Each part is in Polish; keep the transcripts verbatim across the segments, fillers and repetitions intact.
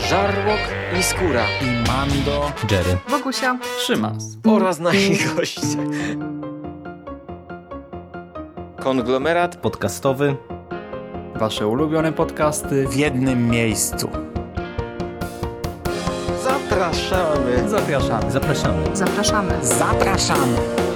Żarłok i Skóra i Mando, Jerry, Wokusia, Szymas oraz nasi goście. Konglomerat podcastowy. Wasze ulubione podcasty w jednym miejscu. Zapraszamy. Zapraszamy. Zapraszamy. zapraszamy. Zapraszamy.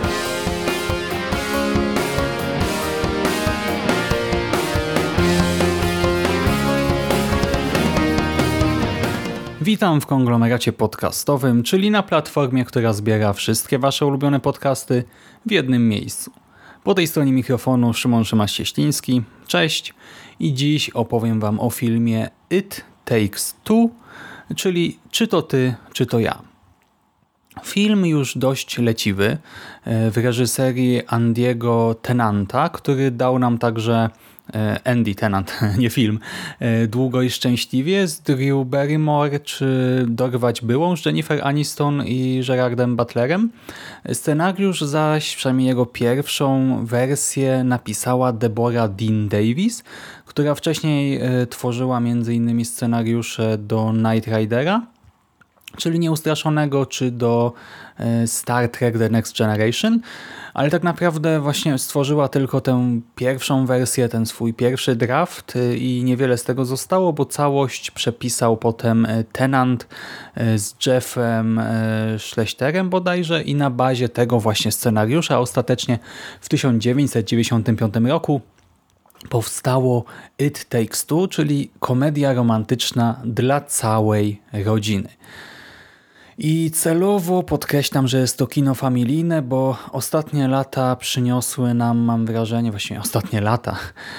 Witam w konglomeracie podcastowym, czyli na platformie, która zbiera wszystkie wasze ulubione podcasty w jednym miejscu. Po tej stronie mikrofonu Szymon Szymaś-Cieśliński. Cześć i dziś opowiem wam o filmie It Takes Two, czyli Czy to ty, czy to ja. Film już dość leciwy w reżyserii Andiego Tennanta, który dał nam także Andy Tennant, nie film, Długo i szczęśliwie z Drew Barrymore, czy Dorwać byłą z Jennifer Aniston i Gerardem Butlerem. Scenariusz zaś, przynajmniej jego pierwszą wersję, napisała Deborah Dean Davis, która wcześniej tworzyła między innymi scenariusze do Knight Ridera, czyli Nieustraszonego, czy do Star Trek The Next Generation, ale tak naprawdę właśnie stworzyła tylko tę pierwszą wersję, ten swój pierwszy draft i niewiele z tego zostało, bo całość przepisał potem Tennant z Jeffem Schlechterem bodajże i na bazie tego właśnie scenariusza ostatecznie w tysiąc dziewięćset dziewięćdziesiątym piątym roku powstało It Takes Two, czyli komedia romantyczna dla całej rodziny. I celowo podkreślam, że jest to kino familijne, bo ostatnie lata przyniosły nam, mam wrażenie, właściwie ostatnie lata,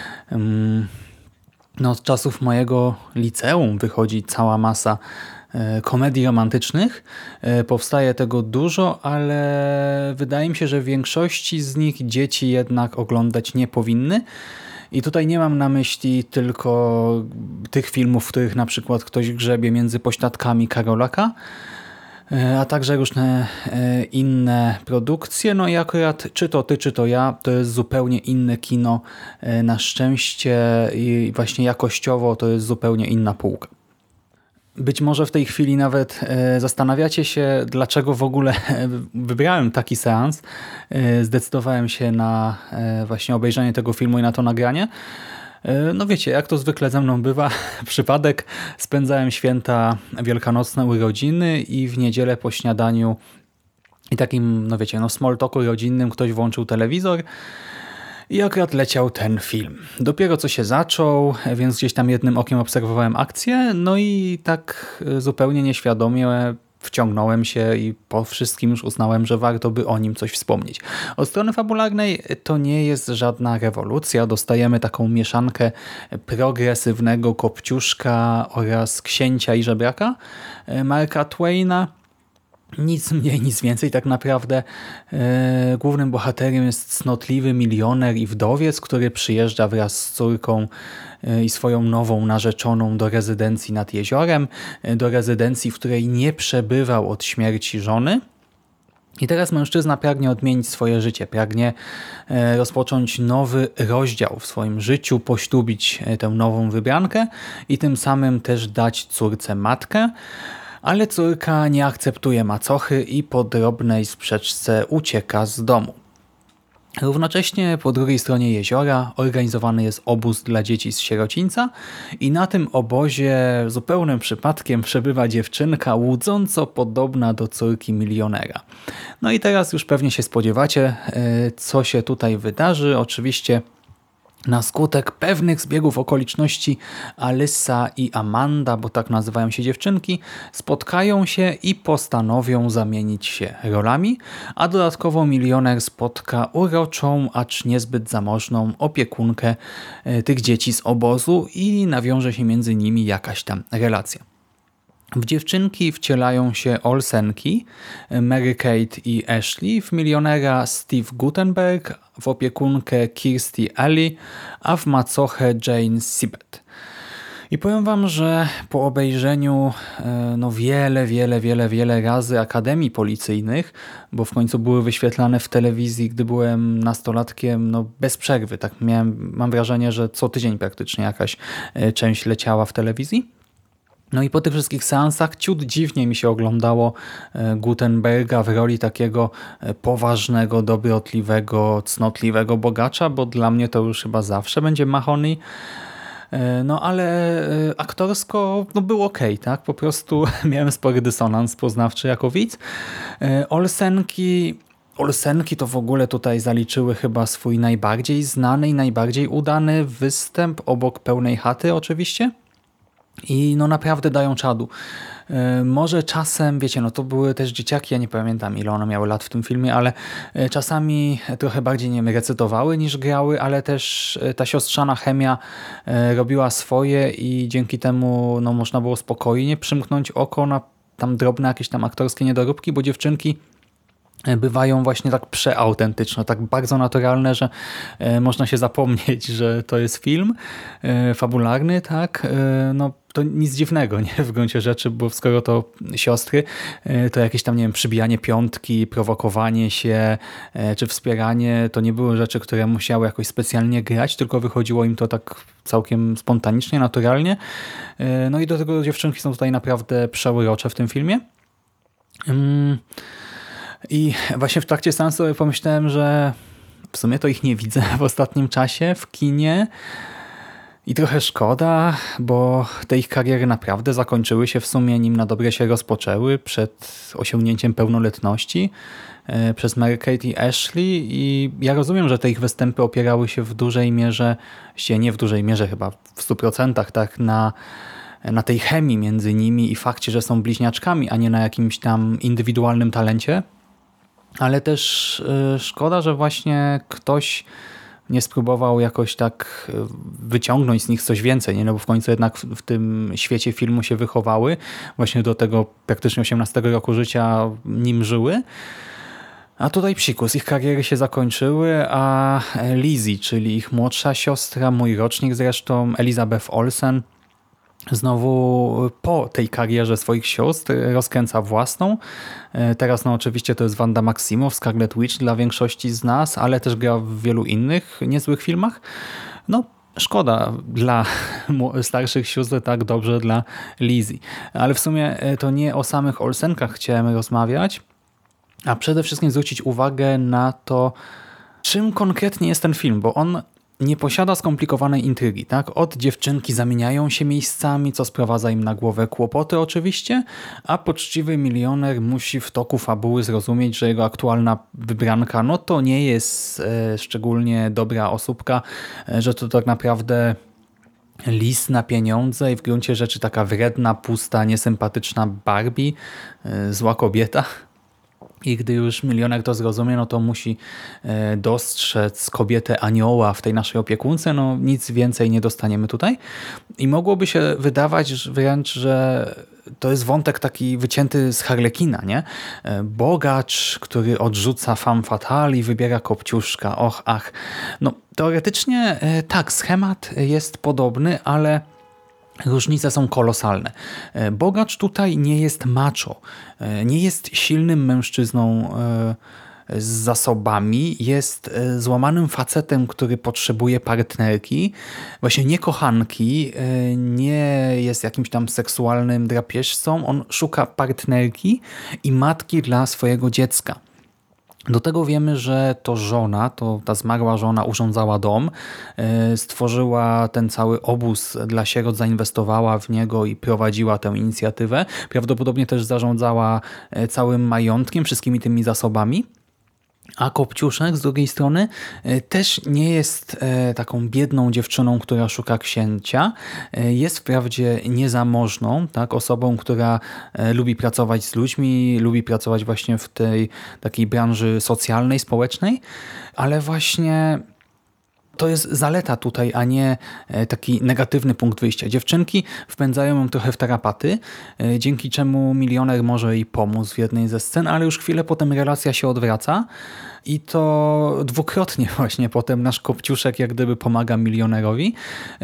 no od czasów mojego liceum wychodzi cała masa komedii romantycznych. Powstaje tego dużo, ale wydaje mi się, że w większości z nich dzieci jednak oglądać nie powinny. I tutaj nie mam na myśli tylko tych filmów, w których na przykład ktoś grzebie między pośladkami Karolaka, a także różne inne produkcje. No i akurat Czy to ty, czy to ja, to jest zupełnie inne kino. Na szczęście i właśnie jakościowo to jest zupełnie inna półka. Być może w tej chwili nawet zastanawiacie się, dlaczego w ogóle wybrałem taki seans. Zdecydowałem się na właśnie obejrzenie tego filmu i na to nagranie. No wiecie, jak to zwykle ze mną bywa, przypadek. Spędzałem święta wielkanocne, urodziny i w niedzielę po śniadaniu i takim, no wiecie, no small talku rodzinnym ktoś włączył telewizor i akurat leciał ten film. Dopiero co się zaczął, więc gdzieś tam jednym okiem obserwowałem akcję, no i tak zupełnie nieświadomie wciągnąłem się i po wszystkim już uznałem, że warto by o nim coś wspomnieć. Od strony fabularnej to nie jest żadna rewolucja. Dostajemy taką mieszankę progresywnego kopciuszka oraz księcia i żebraka Marka Twaina. Nic mniej, nic więcej tak naprawdę. E, głównym bohaterem jest cnotliwy milioner i wdowiec, który przyjeżdża wraz z córką e, i swoją nową narzeczoną do rezydencji nad jeziorem, e, do rezydencji, w której nie przebywał od śmierci żony. I teraz mężczyzna pragnie odmienić swoje życie, pragnie e, rozpocząć nowy rozdział w swoim życiu, poślubić e, tę nową wybrankę i tym samym też dać córce matkę. Ale córka nie akceptuje macochy i po drobnej sprzeczce ucieka z domu. Równocześnie po drugiej stronie jeziora organizowany jest obóz dla dzieci z sierocińca i na tym obozie zupełnym przypadkiem przebywa dziewczynka łudząco podobna do córki milionera. No i teraz już pewnie się spodziewacie, co się tutaj wydarzy. Oczywiście na skutek pewnych zbiegów okoliczności Alyssa i Amanda, bo tak nazywają się dziewczynki, spotkają się i postanowią zamienić się rolami, a dodatkowo milioner spotka uroczą, acz niezbyt zamożną opiekunkę tych dzieci z obozu i nawiąże się między nimi jakaś tam relacja. W dziewczynki wcielają się Olsenki, Mary Kate i Ashley, w milionera Steve Guttenberg, w opiekunkę Kirstie Alley, a w macochę Jane Sibbett. I powiem wam, że po obejrzeniu no wiele, wiele, wiele, wiele razy Akademii Policyjnych, bo w końcu były wyświetlane w telewizji, gdy byłem nastolatkiem, no bez przerwy. Tak miałem, mam wrażenie, że co tydzień praktycznie jakaś część leciała w telewizji. No i po tych wszystkich seansach ciut dziwnie mi się oglądało Guttenberga w roli takiego poważnego, dobrotliwego, cnotliwego bogacza, bo dla mnie to już chyba zawsze będzie Mahoney. No ale aktorsko no, był okej, tak? Po prostu miałem spory dysonans poznawczy jako widz. Olsenki... Olsenki to w ogóle tutaj zaliczyły chyba swój najbardziej znany i najbardziej udany występ obok Pełnej chaty oczywiście. I no naprawdę dają czadu. Yy, może czasem, wiecie, no to były też dzieciaki, ja nie pamiętam ile one miały lat w tym filmie, ale yy, czasami trochę bardziej, nie wiem, recytowały niż grały, ale też yy, ta siostrzana chemia yy, robiła swoje i dzięki temu no, można było spokojnie przymknąć oko na tam drobne jakieś tam aktorskie niedoróbki, bo dziewczynki bywają właśnie tak przeautentyczne, tak bardzo naturalne, że e, można się zapomnieć, że to jest film e, fabularny, tak? E, no to nic dziwnego, nie? W gruncie rzeczy, bo skoro to siostry, e, to jakieś tam, nie wiem, przybijanie piątki, prowokowanie się, e, czy wspieranie, to nie były rzeczy, które musiały jakoś specjalnie grać, tylko wychodziło im to tak całkiem spontanicznie, naturalnie. E, no i do tego dziewczynki są tutaj naprawdę przeurocze w tym filmie. Mm. I właśnie w trakcie seansu sobie pomyślałem, że w sumie to ich nie widzę w ostatnim czasie w kinie i trochę szkoda, bo te ich kariery naprawdę zakończyły się w sumie, nim na dobre się rozpoczęły przed osiągnięciem pełnoletności e, przez Mary-Kate i Ashley i ja rozumiem, że te ich występy opierały się w dużej mierze, się nie w dużej mierze chyba w stu procentach, tak, na na tej chemii między nimi i fakcie, że są bliźniaczkami, a nie na jakimś tam indywidualnym talencie. Ale też y, szkoda, że właśnie ktoś nie spróbował jakoś tak wyciągnąć z nich coś więcej, nie? No bo w końcu jednak w, w tym świecie filmu się wychowały, właśnie do tego praktycznie osiemnastego roku życia nim żyły. A tutaj psikus, ich kariery się zakończyły, a Lizzie, czyli ich młodsza siostra, mój rocznik zresztą, Elizabeth Olsen, znowu po tej karierze swoich sióstr rozkręca własną. Teraz no oczywiście to jest Wanda Maximoff, Scarlet Witch dla większości z nas, ale też gra w wielu innych niezłych filmach. No szkoda dla starszych sióstr, tak dobrze dla Lizzie. Ale w sumie to nie o samych Olsenkach chciałem rozmawiać, a przede wszystkim zwrócić uwagę na to, czym konkretnie jest ten film, bo on nie posiada skomplikowanej intrygi, tak? Od dziewczynki zamieniają się miejscami, co sprowadza im na głowę kłopoty oczywiście, a poczciwy milioner musi w toku fabuły zrozumieć, że jego aktualna wybranka no to nie jest e, szczególnie dobra osóbka, e, że to tak naprawdę lis na pieniądze i w gruncie rzeczy taka wredna, pusta, niesympatyczna Barbie, e, zła kobieta. I gdy już milioner to zrozumie, no to musi dostrzec kobietę anioła w tej naszej opiekunce. No nic więcej nie dostaniemy tutaj. I mogłoby się wydawać wręcz, że to jest wątek taki wycięty z Harlekina, nie? Bogacz, który odrzuca femme fatale i wybiera kopciuszka. Och, ach. No teoretycznie tak, schemat jest podobny, ale różnice są kolosalne. Bogacz tutaj nie jest macho, nie jest silnym mężczyzną z zasobami, jest złamanym facetem, który potrzebuje partnerki, właśnie nie kochanki, nie jest jakimś tam seksualnym drapieżcą, on szuka partnerki i matki dla swojego dziecka. Do tego wiemy, że to żona, to ta zmarła żona urządzała dom, stworzyła ten cały obóz dla sierot, zainwestowała w niego i prowadziła tę inicjatywę. Prawdopodobnie też zarządzała całym majątkiem, wszystkimi tymi zasobami. A Kopciuszek z drugiej strony też nie jest taką biedną dziewczyną, która szuka księcia. Jest wprawdzie niezamożną, tak, osobą, która lubi pracować z ludźmi, lubi pracować właśnie w tej takiej branży socjalnej, społecznej, ale właśnie to jest zaleta tutaj, a nie taki negatywny punkt wyjścia. Dziewczynki wpędzają ją trochę w tarapaty, dzięki czemu milioner może jej pomóc w jednej ze scen, ale już chwilę potem relacja się odwraca i to dwukrotnie właśnie potem nasz Kopciuszek jak gdyby pomaga milionerowi.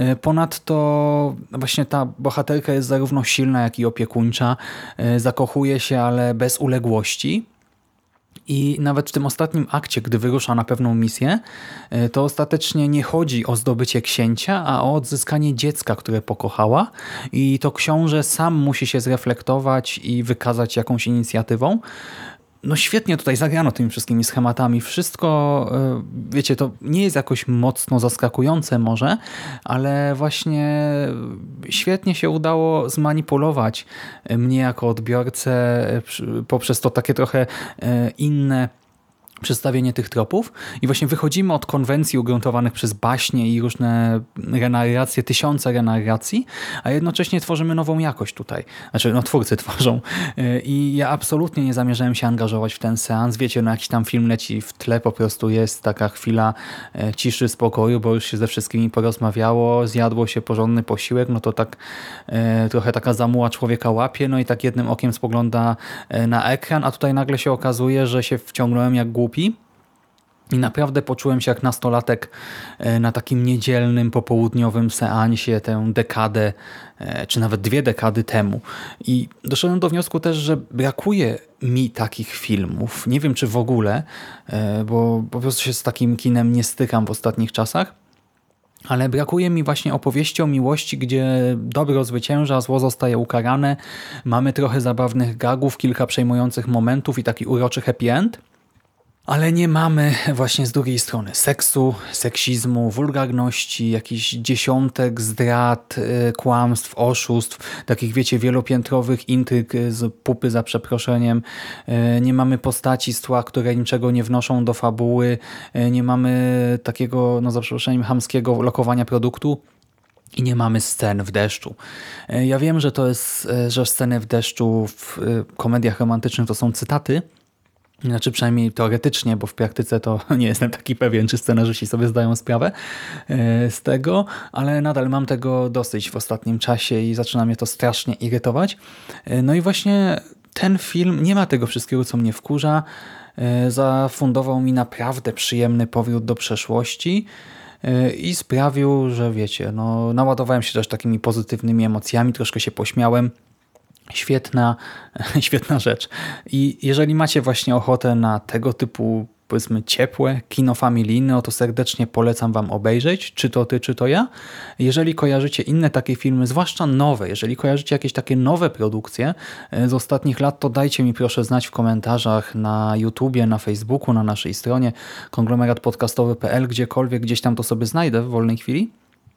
Ponadto właśnie ta bohaterka jest zarówno silna, jak i opiekuńcza, zakochuje się, ale bez uległości. I nawet w tym ostatnim akcie, gdy wyrusza na pewną misję, to ostatecznie nie chodzi o zdobycie księcia, a o odzyskanie dziecka, które pokochała. I to książę sam musi się zreflektować i wykazać jakąś inicjatywą. No świetnie tutaj zagrano tymi wszystkimi schematami. Wszystko, wiecie, to nie jest jakoś mocno zaskakujące może, ale właśnie świetnie się udało zmanipulować mnie jako odbiorcę poprzez to takie trochę inne przedstawienie tych tropów i właśnie wychodzimy od konwencji ugruntowanych przez baśnie i różne renarracje, tysiące renarracji, a jednocześnie tworzymy nową jakość tutaj. Znaczy, no twórcy tworzą. I ja absolutnie nie zamierzałem się angażować w ten seans. Wiecie, no jakiś tam film leci w tle, po prostu jest taka chwila ciszy, spokoju, bo już się ze wszystkimi porozmawiało, zjadło się porządny posiłek, no to tak e, trochę taka zamuła człowieka łapie, no i tak jednym okiem spogląda na ekran, a tutaj nagle się okazuje, że się wciągnąłem jak głupi. I naprawdę poczułem się jak nastolatek na takim niedzielnym, popołudniowym seansie tę dekadę, czy nawet dwie dekady temu. I doszedłem do wniosku też, że brakuje mi takich filmów. Nie wiem, czy w ogóle, bo po prostu się z takim kinem nie stykam w ostatnich czasach. Ale brakuje mi właśnie opowieści o miłości, gdzie dobro zwycięża, zło zostaje ukarane. Mamy trochę zabawnych gagów, kilka przejmujących momentów i taki uroczy happy end. Ale nie mamy właśnie z drugiej strony seksu, seksizmu, wulgarności, jakichś dziesiątek zdrad, kłamstw, oszustw, takich wiecie wielopiętrowych intryg z pupy za przeproszeniem. Nie mamy postaci z tła, które niczego nie wnoszą do fabuły. Nie mamy takiego, no za przeproszeniem, chamskiego lokowania produktu. I nie mamy scen w deszczu. Ja wiem, że to jest, że sceny w deszczu w komediach romantycznych to są cytaty, znaczy przynajmniej teoretycznie, bo w praktyce to nie jestem taki pewien, czy scenarzyści sobie zdają sprawę z tego, ale nadal mam tego dosyć w ostatnim czasie i zaczyna mnie to strasznie irytować. No i właśnie ten film nie ma tego wszystkiego, co mnie wkurza. Zafundował mi naprawdę przyjemny powrót do przeszłości i sprawił, że wiecie, no, naładowałem się też takimi pozytywnymi emocjami, troszkę się pośmiałem. Świetna, świetna rzecz. I jeżeli macie właśnie ochotę na tego typu, powiedzmy, ciepłe kino familijne, no to serdecznie polecam wam obejrzeć, czy to ty, czy to ja. Jeżeli kojarzycie inne takie filmy, zwłaszcza nowe, jeżeli kojarzycie jakieś takie nowe produkcje z ostatnich lat, to dajcie mi proszę znać w komentarzach na YouTubie, na Facebooku, na naszej stronie konglomerat podcastowy kropka p l, gdziekolwiek, gdzieś tam to sobie znajdę w wolnej chwili.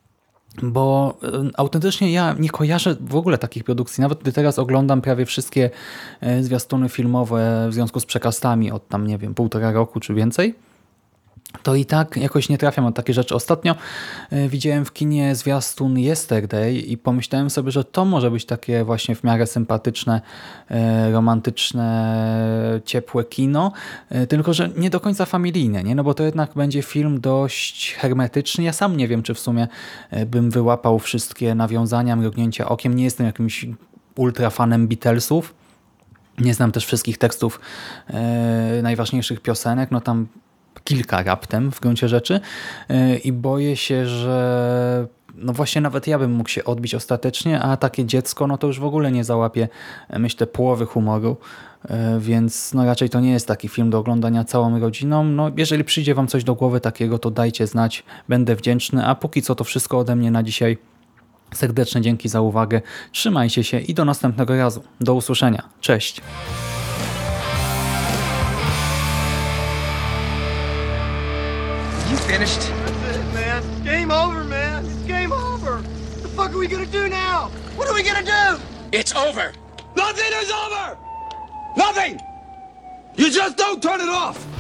Bo autentycznie ja nie kojarzę w ogóle takich produkcji. Nawet gdy teraz oglądam prawie wszystkie zwiastuny filmowe w związku z przekastami od tam, nie wiem, półtora roku czy więcej, to i tak jakoś nie trafiam na takie rzeczy. Ostatnio widziałem w kinie zwiastun Yesterday i pomyślałem sobie, że to może być takie właśnie w miarę sympatyczne, romantyczne, ciepłe kino, tylko że nie do końca familijne, nie? No bo to jednak będzie film dość hermetyczny. Ja sam nie wiem, czy w sumie bym wyłapał wszystkie nawiązania, mrugnięcia okiem. Nie jestem jakimś ultra fanem Beatlesów. Nie znam też wszystkich tekstów e, najważniejszych piosenek. No tam kilka raptem w gruncie rzeczy i boję się, że no właśnie nawet ja bym mógł się odbić ostatecznie, a takie dziecko no to już w ogóle nie załapie, myślę, połowy humoru, więc no raczej to nie jest taki film do oglądania całą rodziną. No jeżeli przyjdzie wam coś do głowy takiego, to dajcie znać, będę wdzięczny, a póki co to wszystko ode mnie na dzisiaj. Serdeczne dzięki za uwagę, trzymajcie się i do następnego razu. Do usłyszenia. Cześć! You finished? That's it, man. Game over, man. It's game over. What the fuck are we gonna do now? What are we gonna do? It's over. Nothing is over! Nothing! You just don't turn it off!